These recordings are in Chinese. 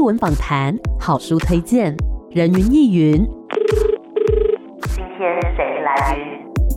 文访谈、好书推荐、人云亦云。今天谁来云？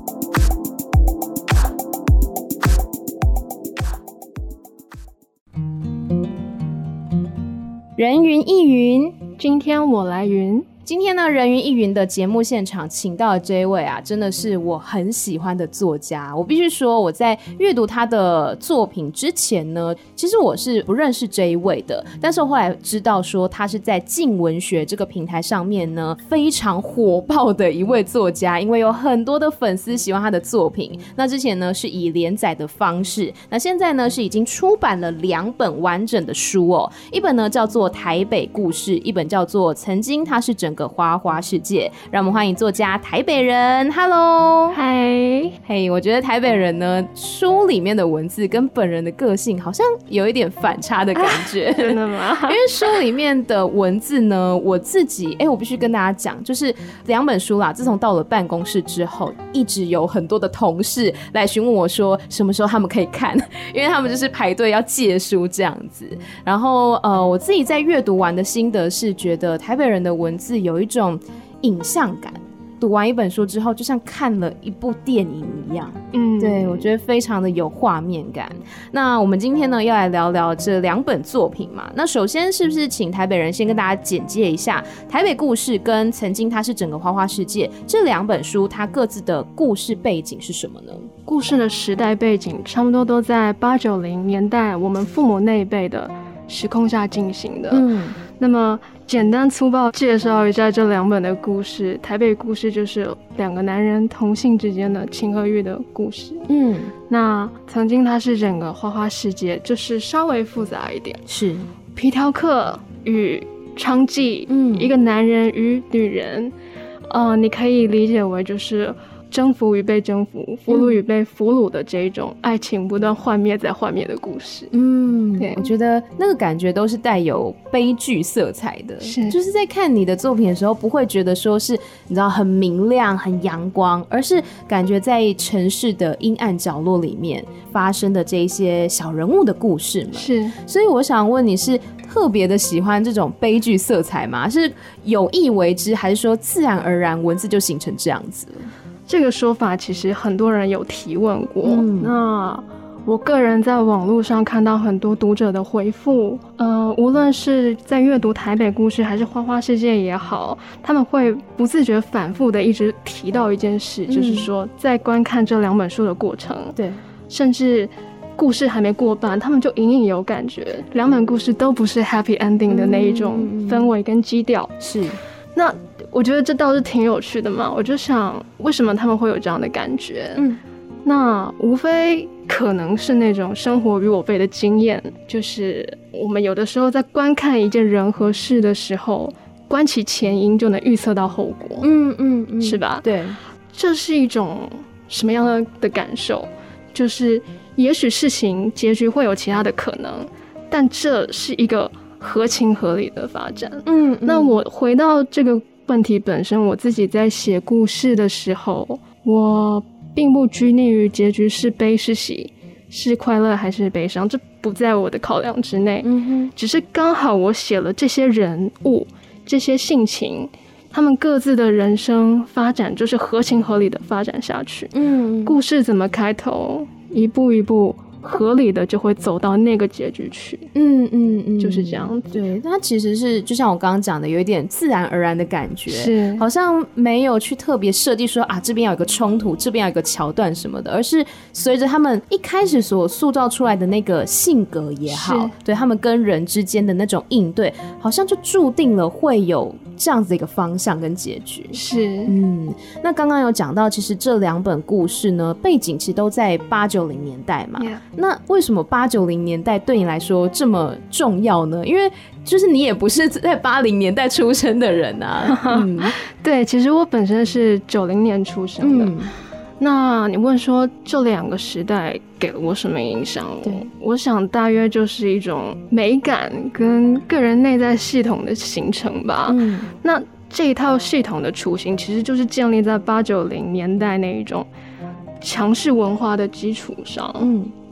人云亦云， 今天我来云。 今天呢，人云亦云的节目现场请到的这一位啊，真的是我很喜欢的作家。我必须说，我在阅读他的作品之前呢，其实我是不认识这一位的。但是我后来知道说，他是在静文学这个平台上面呢，非常火爆的一位作家，因为有很多的粉丝喜欢他的作品。那之前呢是以连载的方式，那现在呢是已经出版了2本完整的书哦。一本呢叫做《台北故事》，一本叫做《曾经它是整个花花世界》。让我们欢迎作家台北人 ，Hello， 嗨， 嘿，我觉得台北人呢，书里面的文字跟本人的个性好像有一点反差的感觉， 真的吗？ 因为书里面的文字呢，我自己，我必须跟大家讲，就是2本书啦，自从到了办公室之后，一直有很多的同事来询问我说，什么时候他们可以看，因为他们就是排队要借书这样子。然后我自己在阅读完的心得是，觉得台北人的文字有一种影像感，读完一本书之后就像看了一部电影一样。对，我觉得非常的有画面感。那我们今天呢要来聊聊这2本作品嘛。那首先是不是请台北人先跟大家简介一下《台北故事》跟《曾经它是整个花花世界》这2本书，它各自的故事背景是什么呢？ 故事的时代背景差不多都在80-90年代我们父母那一辈的时空下进行的。那么简单粗暴介绍一下这2本的故事。台北故事就是2个男人同性之间的情和欲的故事。那曾经它是整个花花世界，就是稍微复杂一点，是皮条客与娼妓，一个男人与女人，你可以理解为就是征服与被征服，俘虏与被俘虏的这一种爱情不断幻灭再幻灭的故事。 对，我觉得那个感觉都是带有悲剧色彩的，就是在看你的作品的时候，不会觉得说是你知道很明亮很阳光，而是感觉在城市的阴暗角落里面发生的这一些小人物的故事们。是，所以我想问你，是特别的喜欢这种悲剧色彩吗？是有意为之，还是说自然而然文字就形成这样子？ 这个说法其实很多人有提问过。那我个人在网络上看到很多读者的回复，无论是在阅读台北故事还是花花世界也好，他们会不自觉反复的一直提到一件事，就是说在观看这2本书的过程，对，甚至故事还没过半，他们就隐隐有感觉2本故事都不是 happy ending 的那一种氛围跟基调。是，那我觉得这倒是挺有趣的嘛，我就想为什么他们会有这样的感觉？那无非可能是那种生活与我辈的经验，就是我们有的时候在观看一件人和事的时候，观其前因就能预测到后果。是吧？对，这是一种什么样的感受？就是也许事情结局会有其他的可能，但这是一个合情合理的发展。那我回到这个问题本身，我自己在写故事的时候，我并不拘泥于结局是悲是喜，是快乐还是悲伤，这不在我的考量之内。只是刚好我写了这些人物，这些性情，他们各自的人生发展就是合情合理的发展下去。故事怎么开头，一步一步合理的就会走到那个结局去。就是这样子。 对，它其实是就像我刚刚讲的，有一点自然而然的感觉，是好像没有去特别设计说啊这边要有个冲突，这边要有个桥段什么的，而是随着他们一开始所塑造出来的那个性格也好，对他们跟人之间的那种应对，好像就注定了会有这样子的一个方向跟结局。是，那刚刚有讲到，其实这2本故事呢，背景其实都在80-90年代嘛。那为什么80-90年代对你来说这么重要呢？因为就是你也不是在80年代出生的人啊。 对，其实我本身是90年出生的。那你问说这2个时代给了我什么影响？我想大约就是一种美感跟个人内在系统的形成吧。那这一套系统的雏形其实就是建立在80-90年代那一种强势文化的基础上。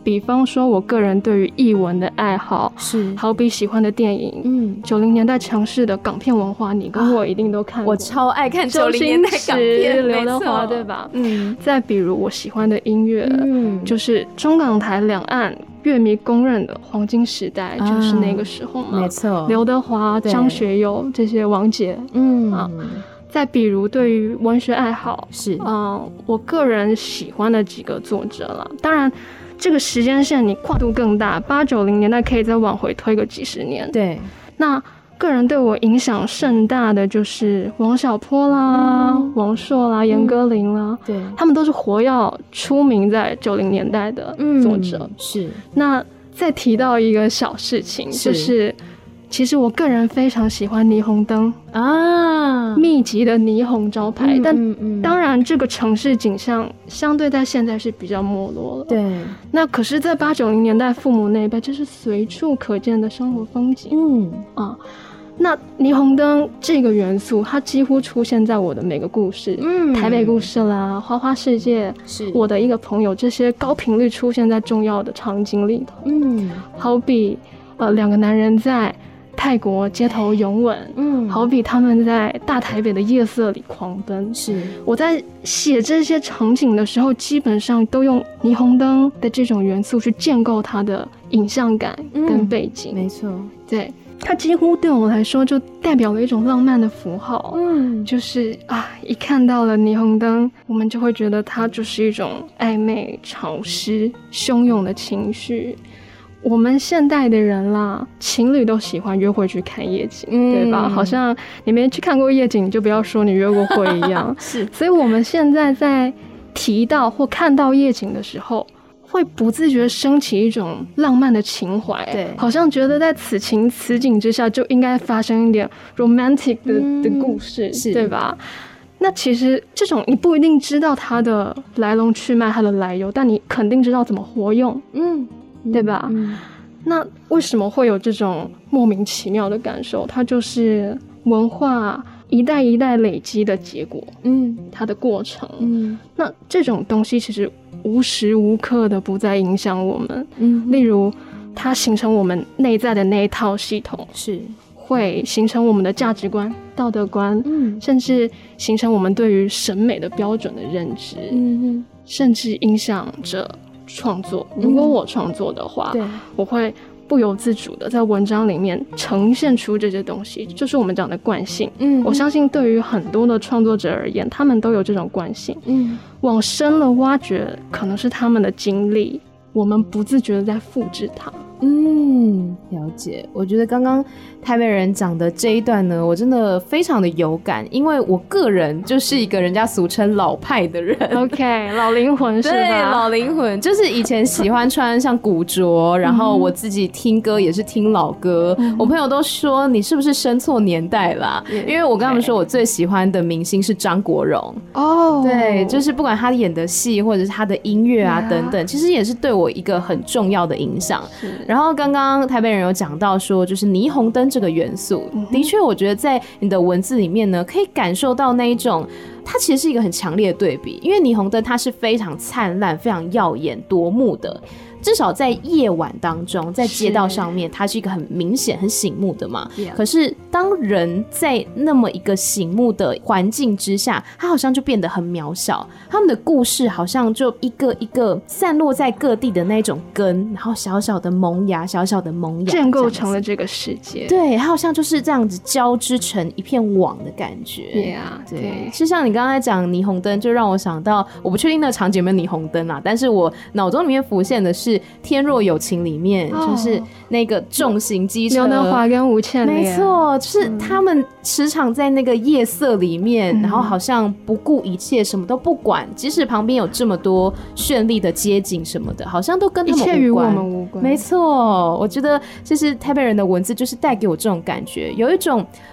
比方说我个人对于艺文的爱好， 是好比喜欢的电影，90年代强势的港片文化，你跟我一定都看过。 我超爱看90年代港片， 刘德华对吧？再比如我喜欢的音乐，就是中港台两岸乐迷公认的黄金时代，就是那个时候嘛。 没错， 刘德华、张学友这些王杰，再比如对于文学爱好， 是我个人喜欢的几个作者了。当然，这个时间线你跨度更大，80、90年代可以再往回推个几十年。 对， 那个人对我影响甚大的就是王小波啦、王朔啦、严歌苓啦， 对， 他们都是活跃出名在90年代的作者。 是。 那再提到一个小事情，就是其实我个人非常喜欢霓虹灯啊，密集的霓虹招牌，但当然这个城市景象相对在现在是比较没落了。 对， 那可是在80、90年代父母那一辈，这是随处可见的生活风景。那霓虹灯这个元素，它几乎出现在我的每个故事，台北故事啦、花花世界，是我的一个朋友，这些高频率出现在重要的场景里头。好比两个男人在泰国街头拥吻，好比他们在大台北的夜色里狂奔。是我在写这些场景的时候，基本上都用霓虹灯的这种元素去建构它的影像感跟背景。 没错， 对，它几乎对我来说就代表了一种浪漫的符号。就是一看到了霓虹灯，我们就会觉得它就是一种暧昧、潮湿、汹涌的情绪。我们现代的人啦，情侣都喜欢约会去看夜景，对吧？好像你没去看过夜景，你就不要说你约过会一样。是，所以我们现在在提到或看到夜景的时候，会不自觉升起一种浪漫的情怀，对，好像觉得在此情此景之下就应该发生一点 romantic 的故事，对吧？那其实这种你不一定知道它的来龙去脉，它的来由，但你肯定知道怎么活用，对吧？那为什么会有这种莫名其妙的感受？它就是文化一代一代累积的结果，它的过程。那这种东西其实无时无刻的不再影响我们。例如它形成我们内在的那一套系统，是会形成我们的价值观、道德观，甚至形成我们对于审美的标准的认知，甚至影响着创作。如果我创作的话，我会不由自主的在文章里面呈现出这些东西，就是我们讲的惯性。我相信对于很多的创作者而言，他们都有这种惯性。往深了挖掘，可能是他们的经历，我们不自觉的在复制它。 了解。我觉得刚刚台北人讲的这一段呢，我真的非常的有感，因为我个人就是一个人家俗称老派的人。 OK， 老灵魂是吧？ 对，老灵魂就是以前喜欢穿像古着，然后我自己听歌也是听老歌。我朋友都说你是不是生错年代啦？因为我跟他们说我最喜欢的明星是张国荣。对，就是不管他演的戏或者是他的音乐啊等等，其实也是对我一个很重要的影响。然后刚刚台北人有讲到说，就是霓虹灯这个元素，的确我觉得在你的文字里面呢，可以感受到那一种它其实是一个很强烈的对比，因为霓虹灯它是非常灿烂、非常耀眼夺目的，至少在夜晚当中，在街道上面它是一个很明显很醒目的嘛。可是当人在那么一个醒目的环境之下，它好像就变得很渺小，他们的故事好像就一个一个散落在各地的那种根，然后小小的萌芽小小的萌芽建构成了这个世界。 对，它好像就是这样子交织成一片网的感觉。对，就像你刚才讲霓虹灯，就让我想到，我不确定那个场景有没有霓虹灯啊，但是我脑中里面浮现的是天若有情里面，就是那个重型机车， 刘德华跟吴倩莲， 没错，就是他们时常在那个夜色里面，然后好像不顾一切，什么都不管，即使旁边有这么多绚丽的街景什么的，好像都跟他们无关，一切与我们无关。没错，我觉得就是台北人的文字就是带给我这种感觉，有一种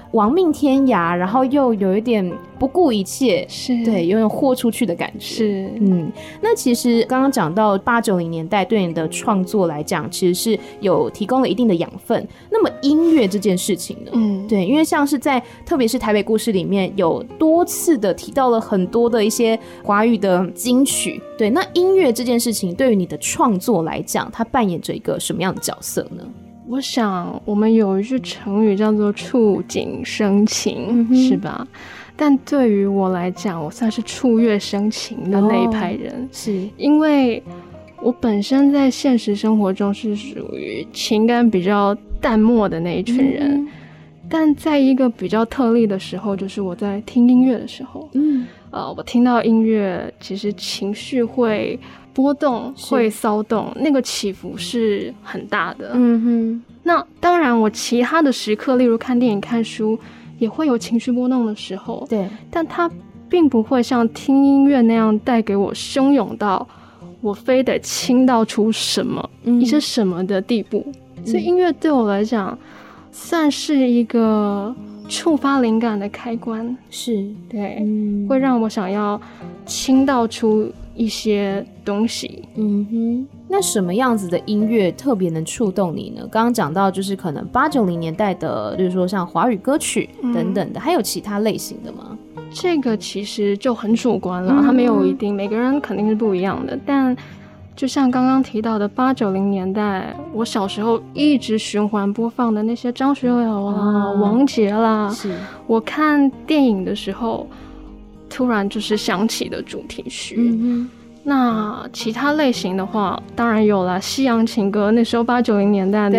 亡命天涯，然后又有一点不顾一切， 是对，有点豁出去的感觉。 是， 那其实刚刚讲到80、90年代对你的创作来讲，其实是有提供了一定的养分。那么音乐这件事情呢？对，因为像是在特别是台北故事里面有多次的提到了很多的一些华语的金曲。对，那音乐这件事情对于你的创作来讲，它扮演着一个什么样的角色呢？ 我想我们有一句成语叫做触景生情，是吧？但对于我来讲，我算是触乐生情的那一派人， 是因为我本身在现实生活中是属于情感比较淡漠的那一群人，但在一个比较特例的时候，就是我在听音乐的时候，我听到音乐，其实情绪会波动，会骚动，那个起伏是很大的。那当然，我其他的时刻，例如看电影、看书，也会有情绪波动的时候。 对， 但它并不会像听音乐那样带给我汹涌到我非得倾倒出什么、一些什么的地步。所以音乐对我来讲，算是一个触发灵感的开关。 是， 对，会让我想要倾倒出一些东西。 那什么样子的音乐特别能触动你呢？刚刚讲到就是可能80、90年代的，就是说像华语歌曲等等的，还有其他类型的吗？ 这个其实就很主观了，它没有一定，每个人肯定是不一样的。但就像刚刚提到的80、90年代，我小时候一直循环播放的那些张学友啦、王杰啦，我看电影的时候突然就是响起的主题曲。那其他类型的话，当然有了西洋情歌，那时候80、90年代的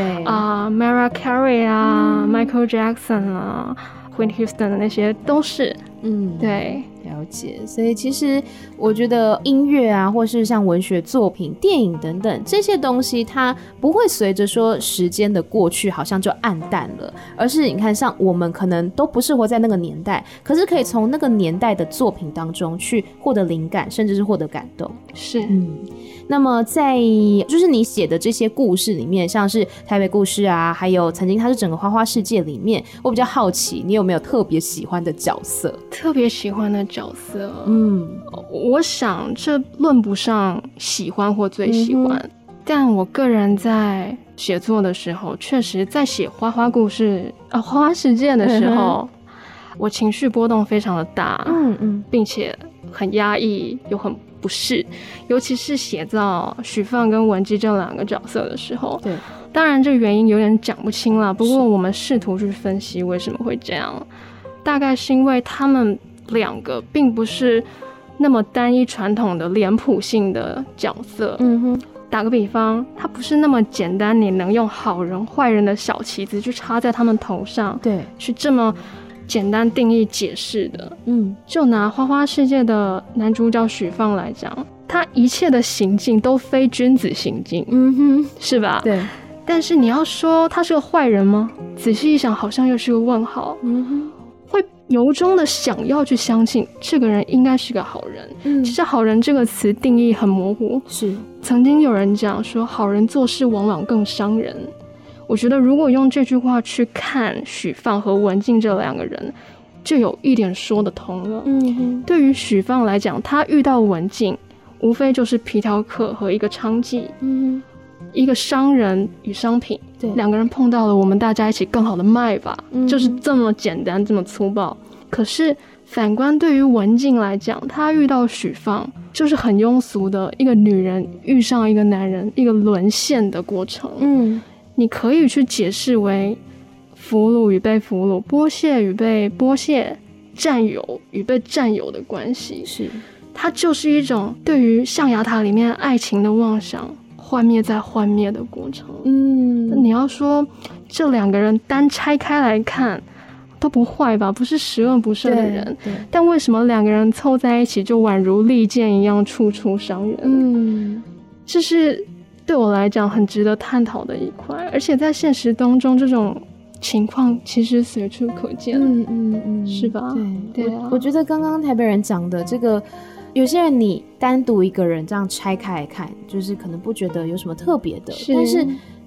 Mariah Carey 啊、Michael Jackson 啊、Whitney Houston 的那些都是。对， 了解。所以其实我觉得音乐啊，或是像文学作品、电影等等这些东西，它不会随着说时间的过去好像就暗淡了，而是你看像我们可能都不是活在那个年代，可是可以从那个年代的作品当中去获得灵感，甚至是获得感动。 是。 那么在就是你写的这些故事里面，像是台北故事啊，还有曾经它是整个花花世界里面，我比较好奇你有没有特别喜欢的角色？ 特别喜欢的角色，我想这论不上喜欢或最喜欢，但我个人在写作的时候，确实在写花花故事花花世界的时候，我情绪波动非常的大，并且很压抑又很不适，尤其是写到许放跟文姬这两个角色的时候。 对， 当然这原因有点讲不清了，不过我们试图去分析为什么会这样，大概是因为他们两个并不是那么单一传统的脸谱性的角色。打个比方，它不是那么简单，你能用好人坏人的小旗子去插在他们头上， 对， 去这么简单定义解释的。就拿花花世界的男主角许放来讲，他一切的行径都非君子行径，是吧？ 对。 但是你要说他是个坏人吗？仔细一想，好像又是个问号。会由衷的想要去相信这个人应该是个好人。其实好人这个词定义很模糊， 是曾经有人讲说好人做事往往更伤人。我觉得如果用这句话去看许放和文静这两个人，就有一点说得通了。对于许放来讲，他遇到文静无非就是皮条客和一个娼妓，一个商人与商品，两个人碰到了，我们大家一起更好的卖吧，就是这么简单这么粗暴。可是反观对于文静来讲，她遇到许放就是很庸俗的一个女人遇上一个男人，一个沦陷的过程。你可以去解释为俘虏与被俘虏，剥削与被剥削，占有与被占有的关系。 是， 它就是一种对于象牙塔里面爱情的妄想，幻灭再幻灭的过程。你要说这两个人单拆开来看都不坏吧，不是十恶不赦的人，但为什么两个人凑在一起就宛如利剑一样处处伤人？这是对我来讲很值得探讨的一块，而且在现实当中这种情况其实随处可见。是吧？对啊， 我觉得刚刚台北人讲的这个，有些人你单独一个人这样拆开来看，就是可能不觉得有什么特别的，但是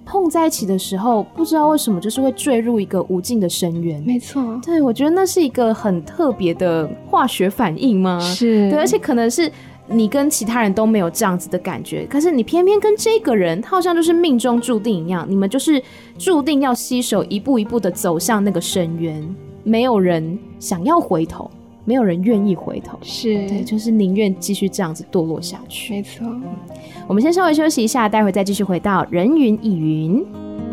碰在一起的时候，不知道为什么就是会坠入一个无尽的深渊。 没错， 对，我觉得那是一个很特别的化学反应吗？ 是， 对，而且可能是你跟其他人都没有这样子的感觉，可是你偏偏跟这个人，他好像就是命中注定一样，你们就是注定要携手一步一步的走向那个深渊，没有人想要回头，没有人愿意回头， 是， 对，就是宁愿继续这样子堕落下去。 没错。 我们先稍微休息一下，待会再继续回到人云亦云。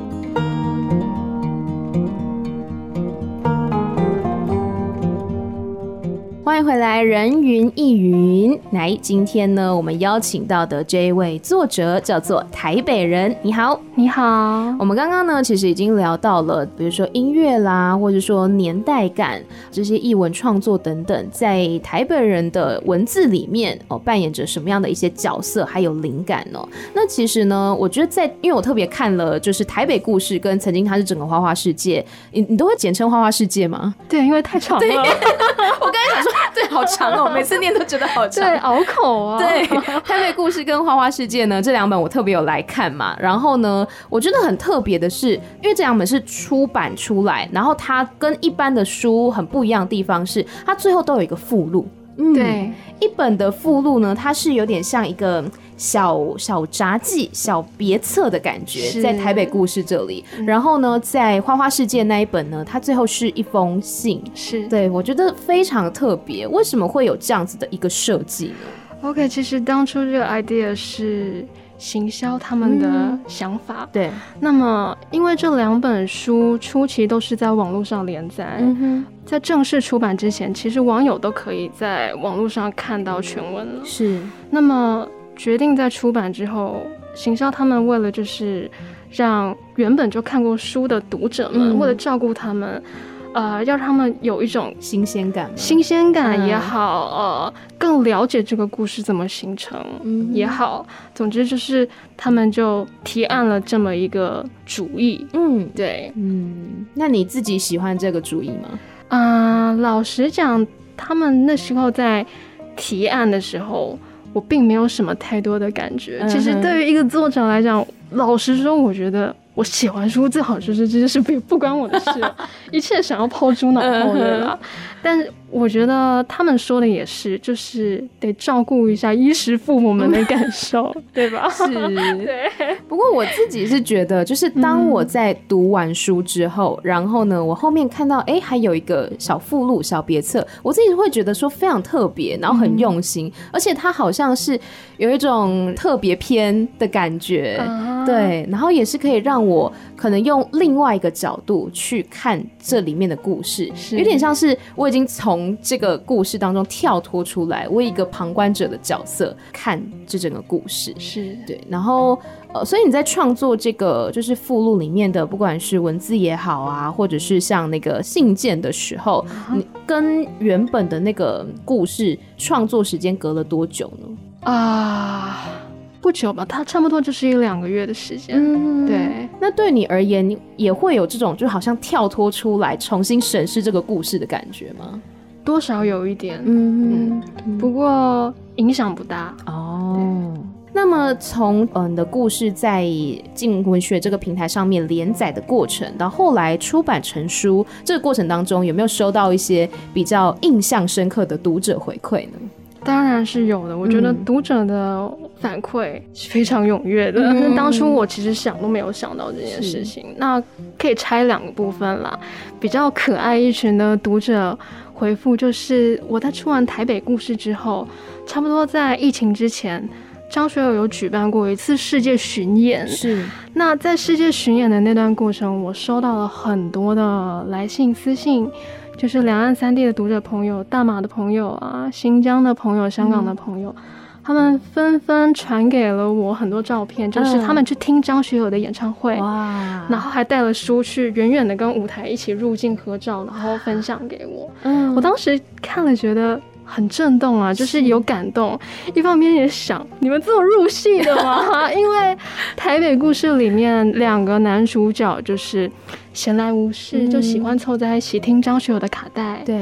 欢迎回来，人云亦云。来，今天呢，我们邀请到的这一位作者叫做台北人。你好， 你好。 我们刚刚呢，其实已经聊到了，比如说音乐啦，或者说年代感，这些艺文创作等等，在台北人的文字里面扮演着什么样的一些角色，还有灵感哦。那其实呢，我觉得因为我特别看了，就是台北故事跟曾经它是整个花花世界，你都会简称花花世界吗？ 对，因为太长了。 我刚才想说。对，好长哦，每次念都觉得好长， 对，拗口啊。 对，台北故事跟花花世界呢，这两本我特别有来看嘛。然后呢，我觉得很特别的是，因为这两本是出版出来，然后它跟一般的书很不一样的地方是，它最后都有一个附录。 对， 一本的附录呢，它是有点像一个小札记、小别册的感觉，在台北故事这里。然后呢，在花花世界那一本呢，它最后是一封信。 是， 对，我觉得非常特别。为什么会有这样子的一个设计呢 ？OK， 其实当初这个 idea 是行销他们的想法。 对， 那么因为这两本书初期都是在网络上连载，在正式出版之前，其实网友都可以在网络上看到全文了。是，那么决定在出版之后，行销他们为了就是让原本就看过书的读者们，为了照顾他们。要让他们有一种新鲜感也好，更了解这个故事怎么形成也好，总之就是他们就提案了这么一个主意。对， 那你自己喜欢这个主意吗？ 老实讲，他们那时候在提案的时候，我并没有什么太多的感觉。其实对于一个作者来讲，老实说，我觉得我写完书最好就是这件事不关我的事了，一切想要抛诸脑后的啦。但是我觉得他们说的也是，就是得照顾一下衣食父母们的感受，对吧？ 是， 对。 不过我自己是觉得，就是当我在读完书之后，然后呢，我后面看到还有一个小附录、小别册，我自己会觉得说非常特别，然后很用心，而且它好像是有一种特别篇的感觉，对，然后也是可以让我可能用另外一个角度去看这里面的故事，有点像是我已经从这个故事当中跳脱出来，我以一个旁观者的角色看这整个故事， 是对。 然后所以你在创作这个就是附录里面的，不管是文字也好啊，或者是像那个信件的时候，你跟原本的那个故事创作时间隔了多久呢？ 不久吧，它差不多就是1-2个月的时间。对。 那对你而言，你也会有这种就好像跳脱出来重新审视这个故事的感觉吗？ 多少有一点，不过影响不大。 那么从你的故事在静文学这个平台上面连载的过程，到后来出版成书，这个过程当中有没有收到一些比较印象深刻的读者回馈呢？ 当然是有的，我觉得读者的反馈是非常踊跃的。那当初我其实想都没有想到这件事情。那可以拆2个部分啦。比较可爱一群的读者回复就是我在出完台北故事之后，差不多在疫情之前，张学友有举办过一次世界巡演。是。那在世界巡演的那段过程，我收到了很多的来信、私信。就是两岸3地的读者朋友，大马的朋友啊，新疆的朋友，香港的朋友，他们纷纷传给了我很多照片，就是他们去听张学友的演唱会，然后还带了书去远远的跟舞台一起入镜合照，然后分享给我。我当时看了觉得很震动啊，就是有感动，一方面也想你们这么入戏的吗？因为台北故事里面2个男主角就是闲来无事就喜欢凑在一起听张学友的卡带，对，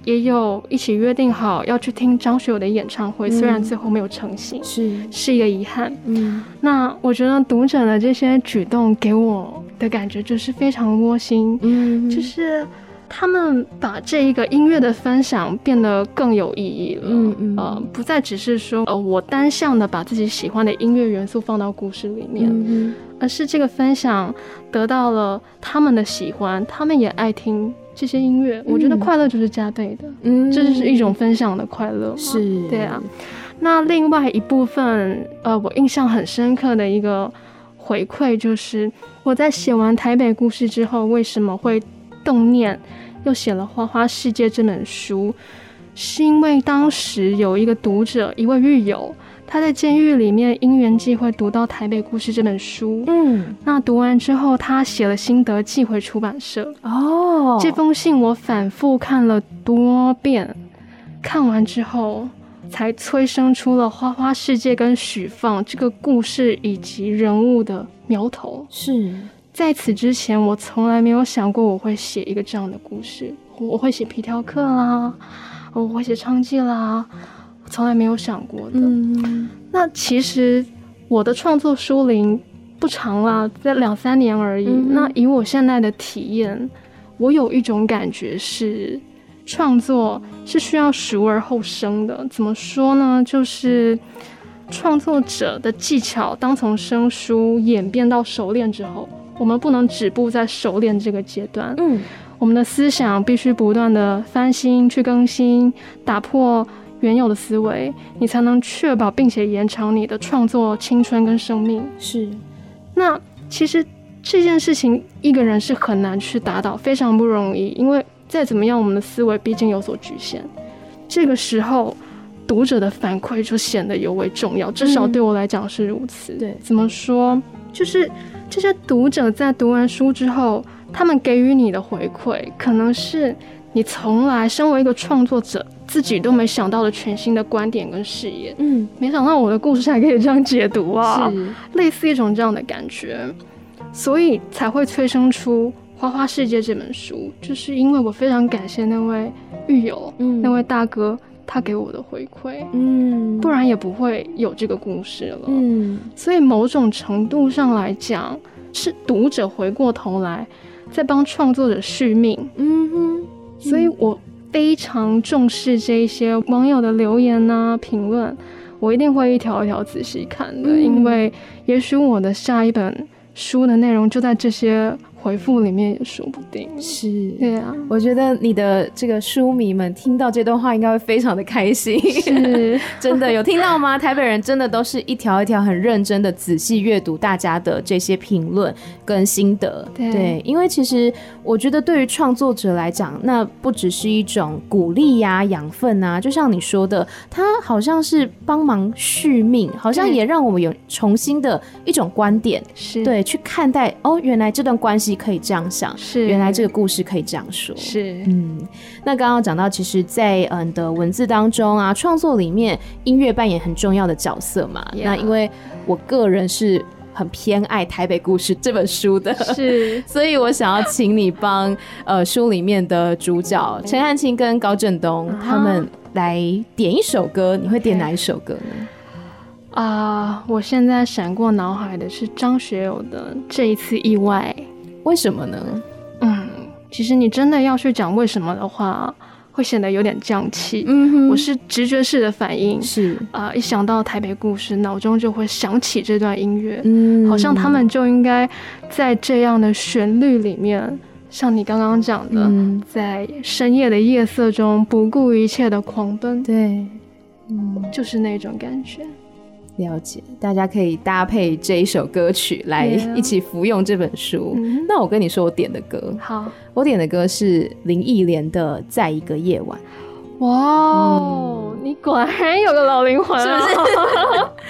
也有一起约定好要去听张学友的演唱会，虽然最后没有成行，是一个遗憾。那我觉得读者的这些举动给我的感觉就是非常窝心，就是他们把这一个音乐的分享变得更有意义了，不再只是说我单向的把自己喜欢的音乐元素放到故事里面，而是这个分享得到了他们的喜欢，他们也爱听这些音乐，我觉得快乐就是加倍的，这就是一种分享的快乐嘛，是，对啊。那另外一部分我印象很深刻的一个回馈就是我在写完台北故事之后，为什么会动念又写了《花花世界》这本书，是因为当时有一个读者，一位狱友，他在监狱里面因缘际会读到《台北故事》这本书，那读完之后他写了心得寄回出版社。这封信我反复看了多遍，看完之后才催生出了《花花世界》跟许放这个故事以及人物的苗头。是在此之前，我从来没有想过我会写一个这样的故事，我会写皮条客啦，我会写娼妓啦，我从来没有想过的。那其实我的创作书龄不长啦，在2-3年而已。那以我现在的体验，我有一种感觉是，创作是需要熟而后生的。怎么说呢？就是创作者的技巧，当从生疏演变到熟练之后，我们不能止步在熟练这个阶段。我们的思想必须不断的翻新去更新，打破原有的思维，你才能确保并且延长你的创作青春跟生命。是，那其实这件事情一个人是很难去达到，非常不容易，因为再怎么样我们的思维毕竟有所局限。这个时候读者的反馈就显得尤为重要，至少对我来讲是如此。对，怎么说，就是这些读者在读完书之后，他们给予你的回馈，可能是你从来身为一个创作者自己都没想到的全新的观点跟视野。没想到我的故事还可以这样解读啊，类似一种这样的感觉，所以才会催生出《花花世界》这本书，就是因为我非常感谢那位狱友，那位大哥，他给我的回馈，不然也不会有这个故事了。所以某种程度上来讲，是读者回过头来在帮创作者续命。所以我非常重视这一些网友的留言啊、评论，我一定会一条一条仔细看的，因为也许我的下一本书的内容就在这些回复里面也说不定。是，对啊， 我觉得你的这个书迷们听到这段话应该会非常的开心。是真的有听到吗？台北人真的都是一条一条很认真的仔细阅读大家的这些评论跟心得。 对，因为其实我觉得对于创作者来讲，那不只是一种鼓励啊、养分啊，就像你说的，它好像是帮忙续命，好像也让我们有重新的一种观点，是对去看待，哦，原来这段关系可以这样想，是原来这个故事可以这样说。是，那刚刚讲到，其实在你的文字当中啊，创作里面音乐扮演很重要的角色嘛。那因为我个人是很偏爱《台北故事》这本书的，是，所以我想要请你帮书里面的主角陈汉卿跟高振东他们来点一首歌，你会点哪一首歌呢？ 我现在闪过脑海的是张学友的《这一次意外》。 为什么呢？ 其实你真的要去讲为什么的话，会显得有点降气。我是直觉式的反应，是一想到台北故事，脑中就会想起这段音乐，好像他们就应该在这样的旋律里面，像你刚刚讲的，在深夜的夜色中不顾一切的狂奔。对，就是那种感觉。 了解，大家可以搭配这一首歌曲来一起服用这本书。那我跟你说我点的歌，好，我点的歌是林忆莲的《在一个夜晚》。 哇，你果然有个老灵魂，是不是？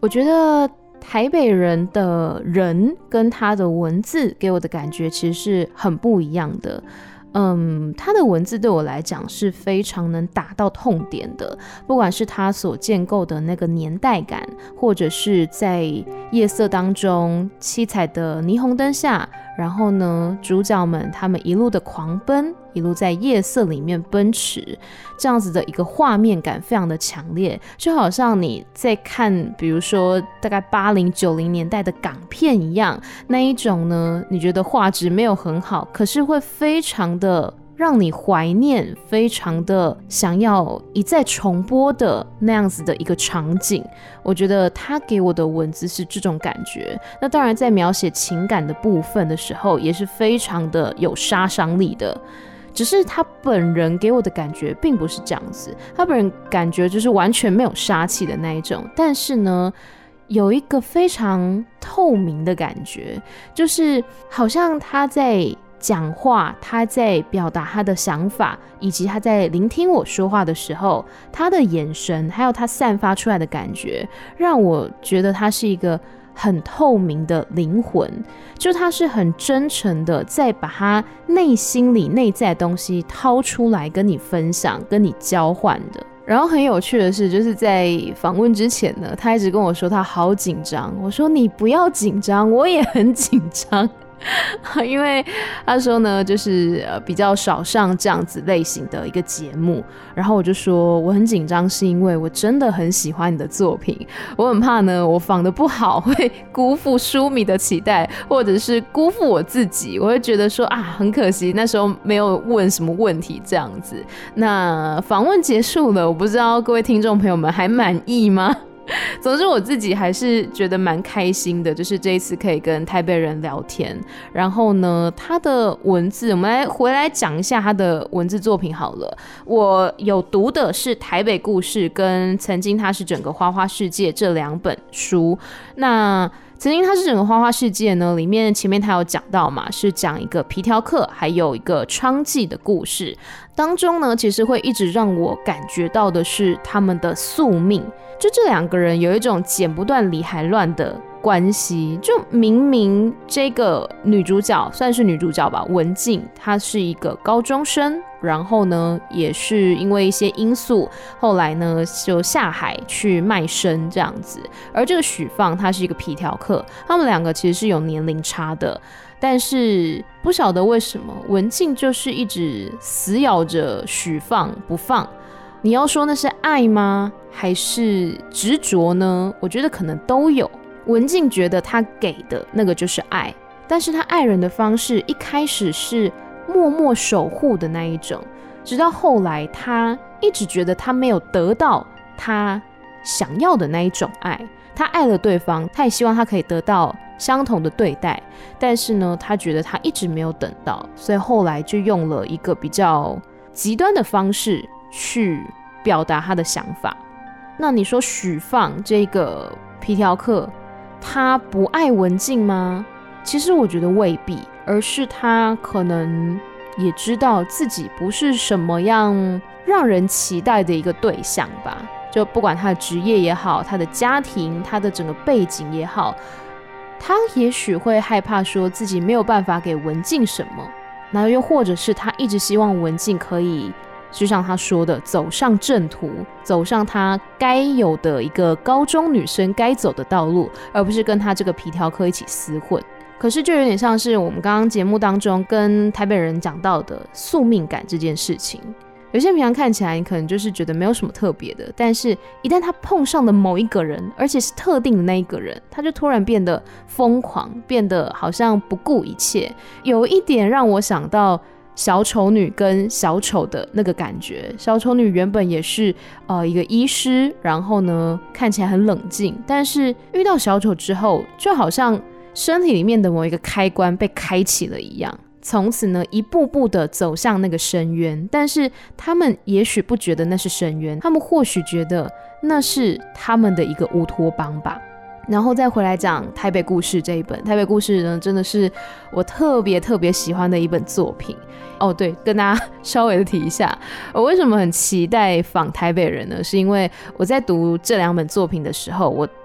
我觉得台北人的人跟他的文字给我的感觉其实是很不一样的。他的文字对我来讲是非常能打到痛点的，不管是他所建构的那个年代感，或者是在夜色当中七彩的霓虹灯下，然后呢主角们他们一路的狂奔，一路在夜色里面奔驰，这样子的一个画面感非常的强烈，就好像你在看比如说大概80、90年代的港片一样，那一种呢你觉得画质没有很好，可是会非常的让你怀念，非常的想要一再重播的那样子的一个场景。我觉得他给我的文字是这种感觉。那当然在描写情感的部分的时候也是非常的有杀伤力的，只是他本人给我的感觉并不是这样子，他本人感觉就是完全没有杀气的那一种，但是呢有一个非常透明的感觉，就是好像他在讲话，他在表达他的想法，以及他在聆听我说话的时候，他的眼神还有他散发出来的感觉，让我觉得他是一个很透明的灵魂，就他是很真诚的在把他内心里内在的东西掏出来跟你分享，跟你交换的。然后很有趣的是，就是在访问之前呢，他一直跟我说他好紧张，我说你不要紧张，我也很紧张因为他说呢就是比较少上这样子类型的一个节目，然后我就说我很紧张是因为我真的很喜欢你的作品，我很怕呢我访得不好会辜负书迷的期待，或者是辜负我自己，我会觉得说很可惜那时候没有问什么问题这样子。那访问结束了，我不知道各位听众朋友们还满意吗？总之我自己还是觉得蛮开心的，就是这一次可以跟台北人聊天。然后呢他的文字，我们回来讲一下他的文字作品好了。我有读的是台北故事跟曾经他是整个花花世界这2本书。那曾经他是整个花花世界呢，里面前面他有讲到嘛，是讲一个皮条客还有一个娼妓的故事，当中呢其实会一直让我感觉到的是他们的宿命，就这2个人有一种剪不断理还乱的关系。就明明这个女主角算是女主角吧，文静，她是一个高中生，然后呢也是因为一些因素后来呢就下海去卖身这样子，而这个许放他是一个皮条客，他们2个其实是有年龄差的，但是不晓得为什么文静就是一直死咬着许放不放。你要说那是爱吗？还是执着呢？我觉得可能都有。文静觉得他给的那个就是爱，但是他爱人的方式一开始是默默守护的那一种，直到后来他一直觉得他没有得到他想要的那一种爱。他爱了对方，他也希望他可以得到相同的对待，但是呢他觉得他一直没有等到，所以后来就用了一个比较极端的方式去表达他的想法。那你说许放这个皮条客他不爱文静吗？其实我觉得未必，而是他可能也知道自己不是什么样让人期待的一个对象吧，就不管他的职业也好，他的家庭，他的整个背景也好，他也许会害怕说自己没有办法给文静什么，然后又或者是他一直希望文静可以就像他说的走上正途，走上他该有的一个高中女生该走的道路，而不是跟他这个皮条客一起厮混。可是就有点像是我们刚刚节目当中跟台北人讲到的宿命感这件事情，有些平常看起来你可能就是觉得没有什么特别的，但是一旦他碰上了某一个人，而且是特定的那一个人，他就突然变得疯狂，变得好像不顾一切，有一点让我想到小丑女跟小丑的那个感觉。小丑女原本也是一个医师，然后呢看起来很冷静，但是遇到小丑之后，就好像身体里面的某一个开关被开启了一样，从此呢一步步的走向那个深渊。但是他们也许不觉得那是深渊，他们或许觉得那是他们的一个乌托邦吧。然后再回来讲台北故事这一本，台北故事呢真的是我特别特别喜欢的一本作品。对，跟大家稍微的提一下，我为什么很期待访台北人呢？是因为我在读这2本作品的时候，我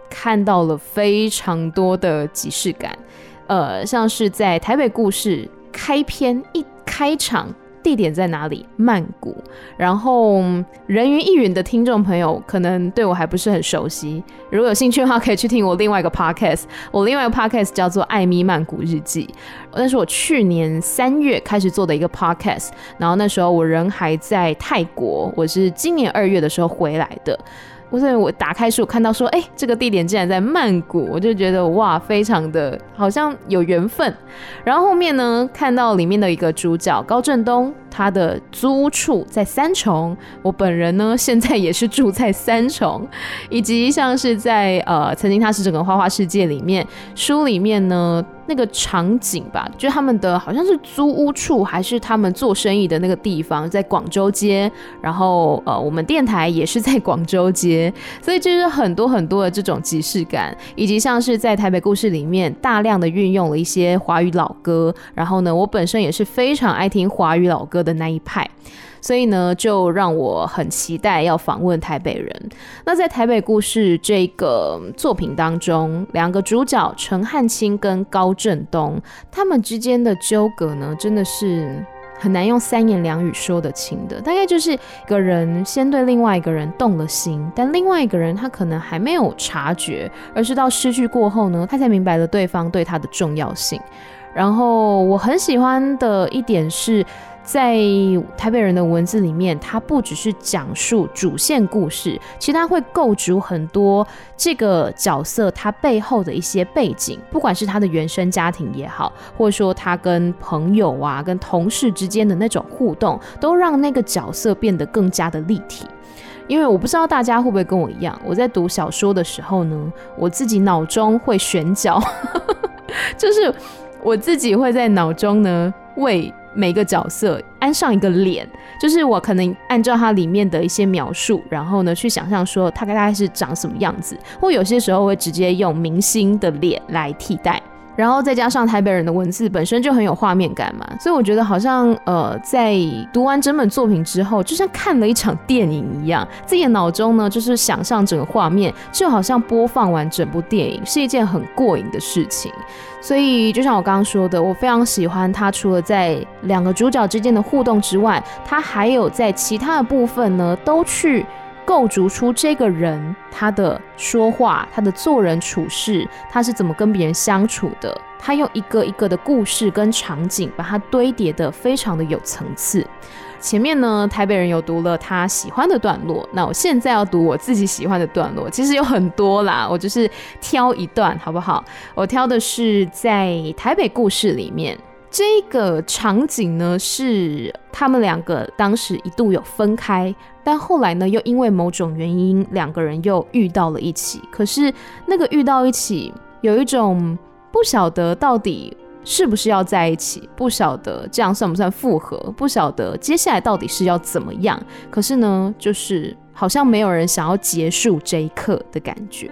看到了非常多的即视感，像是在台北故事开篇一开场，地点在哪里？曼谷。然后人云亦云的听众朋友可能对我还不是很熟悉，如果有兴趣的话可以去听我另外一个 podcast， 我另外一个 podcast 叫做艾咪曼谷日记，那是我去年3月开始做的一个 podcast， 然后那时候我人还在泰国，我是今年2月的时候回来的。所以我打开书看到说这个地点竟然在曼谷，我就觉得哇，非常的好像有缘分。然后后面呢，看到里面的一个主角高振东，他的租屋处在三重，我本人呢现在也是住在三重，以及像是在曾经他是整个花花世界里面书里面呢那个场景吧，就他们的好像是租屋处还是他们做生意的那个地方在广州街，然后我们电台也是在广州街，所以就是很多很多的这种即视感，以及像是在台北故事里面大量的运用了一些华语老歌，然后呢我本身也是非常爱听华语老歌的那一派，所以呢就让我很期待要访问台北人。那在台北故事这个作品当中，两个主角陈汉卿跟高振东，他们之间的纠葛呢真的是很难用3言2语说得清的，大概就是一个人先对另外一个人动了心，但另外一个人他可能还没有察觉，而是到失去过后呢，他才明白了对方对他的重要性。然后我很喜欢的一点是，在台北人的文字里面，它不只是讲述主线故事，其实它会构筑很多这个角色他背后的一些背景，不管是他的原生家庭也好，或者说他跟朋友啊、跟同事之间的那种互动，都让那个角色变得更加的立体。因为我不知道大家会不会跟我一样，我在读小说的时候呢，我自己脑中会选角就是我自己会在脑中呢为每个角色安上一个脸，就是我可能按照它里面的一些描述，然后呢去想象说它大概是长什么样子，或有些时候会直接用明星的脸来替代。然后再加上台北人的文字本身就很有画面感嘛，所以我觉得好像在读完整本作品之后，就像看了一场电影一样，自己的脑中呢就是想象整个画面，就好像播放完整部电影，是一件很过瘾的事情。所以就像我刚刚说的，我非常喜欢他除了在两个主角之间的互动之外，他还有在其他的部分呢都去构筑出这个人他的说话、他的做人处事，他是怎么跟别人相处的，他用一个一个的故事跟场景把它堆叠得非常的有层次。前面呢台北人有读了他喜欢的段落，那我现在要读我自己喜欢的段落，其实有很多啦，我就是挑一段好不好？我挑的是在台北故事里面，这个场景呢是他们两个当时一度有分开，但后来呢又因为某种原因两个人又遇到了一起，可是那个遇到一起有一种不晓得到底是不是要在一起，不晓得这样算不算复合，不晓得接下来到底是要怎么样，可是呢就是好像没有人想要结束这一刻的感觉。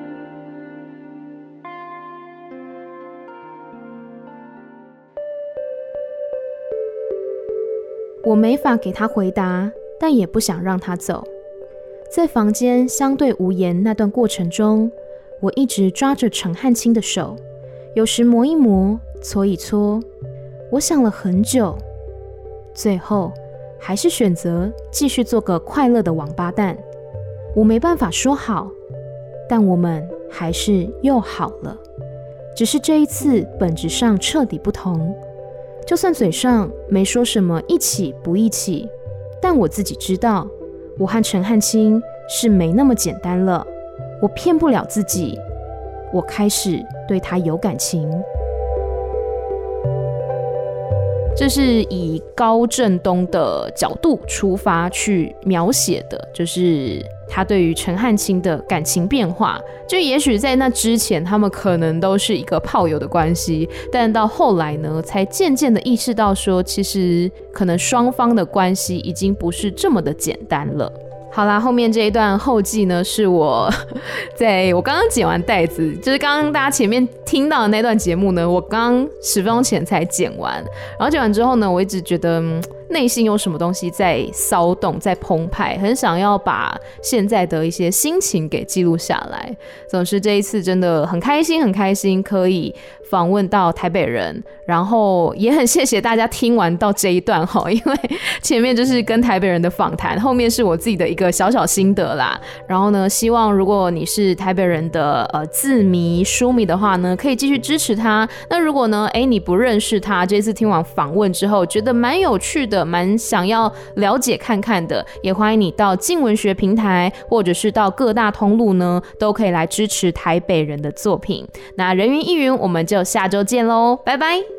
我没法给他回答，但也不想让他走。在房间相对无言那段过程中，我一直抓着陈汉卿的手，有时磨一磨，搓一搓。我想了很久，最后还是选择继续做个快乐的王八蛋。我没办法说好，但我们还是又好了，只是这一次本质上彻底不同。就算嘴上没说什么一起不一起，但我自己知道，我和陈汉卿是没那么简单了。我骗不了自己，我开始对他有感情。这是以高振东的角度出发去描写的，就是他对于陈汉卿的感情变化。就也许在那之前他们可能都是一个炮友的关系，但到后来呢才渐渐的意识到说，其实可能双方的关系已经不是这么的简单了。好啦，后面这一段后记呢，是我在我刚刚剪完带子，就是刚刚大家前面听到的那段节目呢，我刚10分钟前才剪完，然后剪完之后呢，我一直觉得内心有什么东西在骚动，在澎湃，很想要把现在的一些心情给记录下来。总之这一次真的很开心，很开心可以访问到台北人，然后也很谢谢大家听完到这一段齁，因为前面就是跟台北人的访谈，后面是我自己的一个小小心得啦。然后呢，希望如果你是台北人的字迷书迷的话呢，可以继续支持他。那如果呢，你不认识他，这次听完访问之后觉得蛮有趣的，蛮想要了解看看的，也欢迎你到静文学平台或者是到各大通路呢，都可以来支持台北人的作品。那人云亦云，我们就下周见咯，拜拜。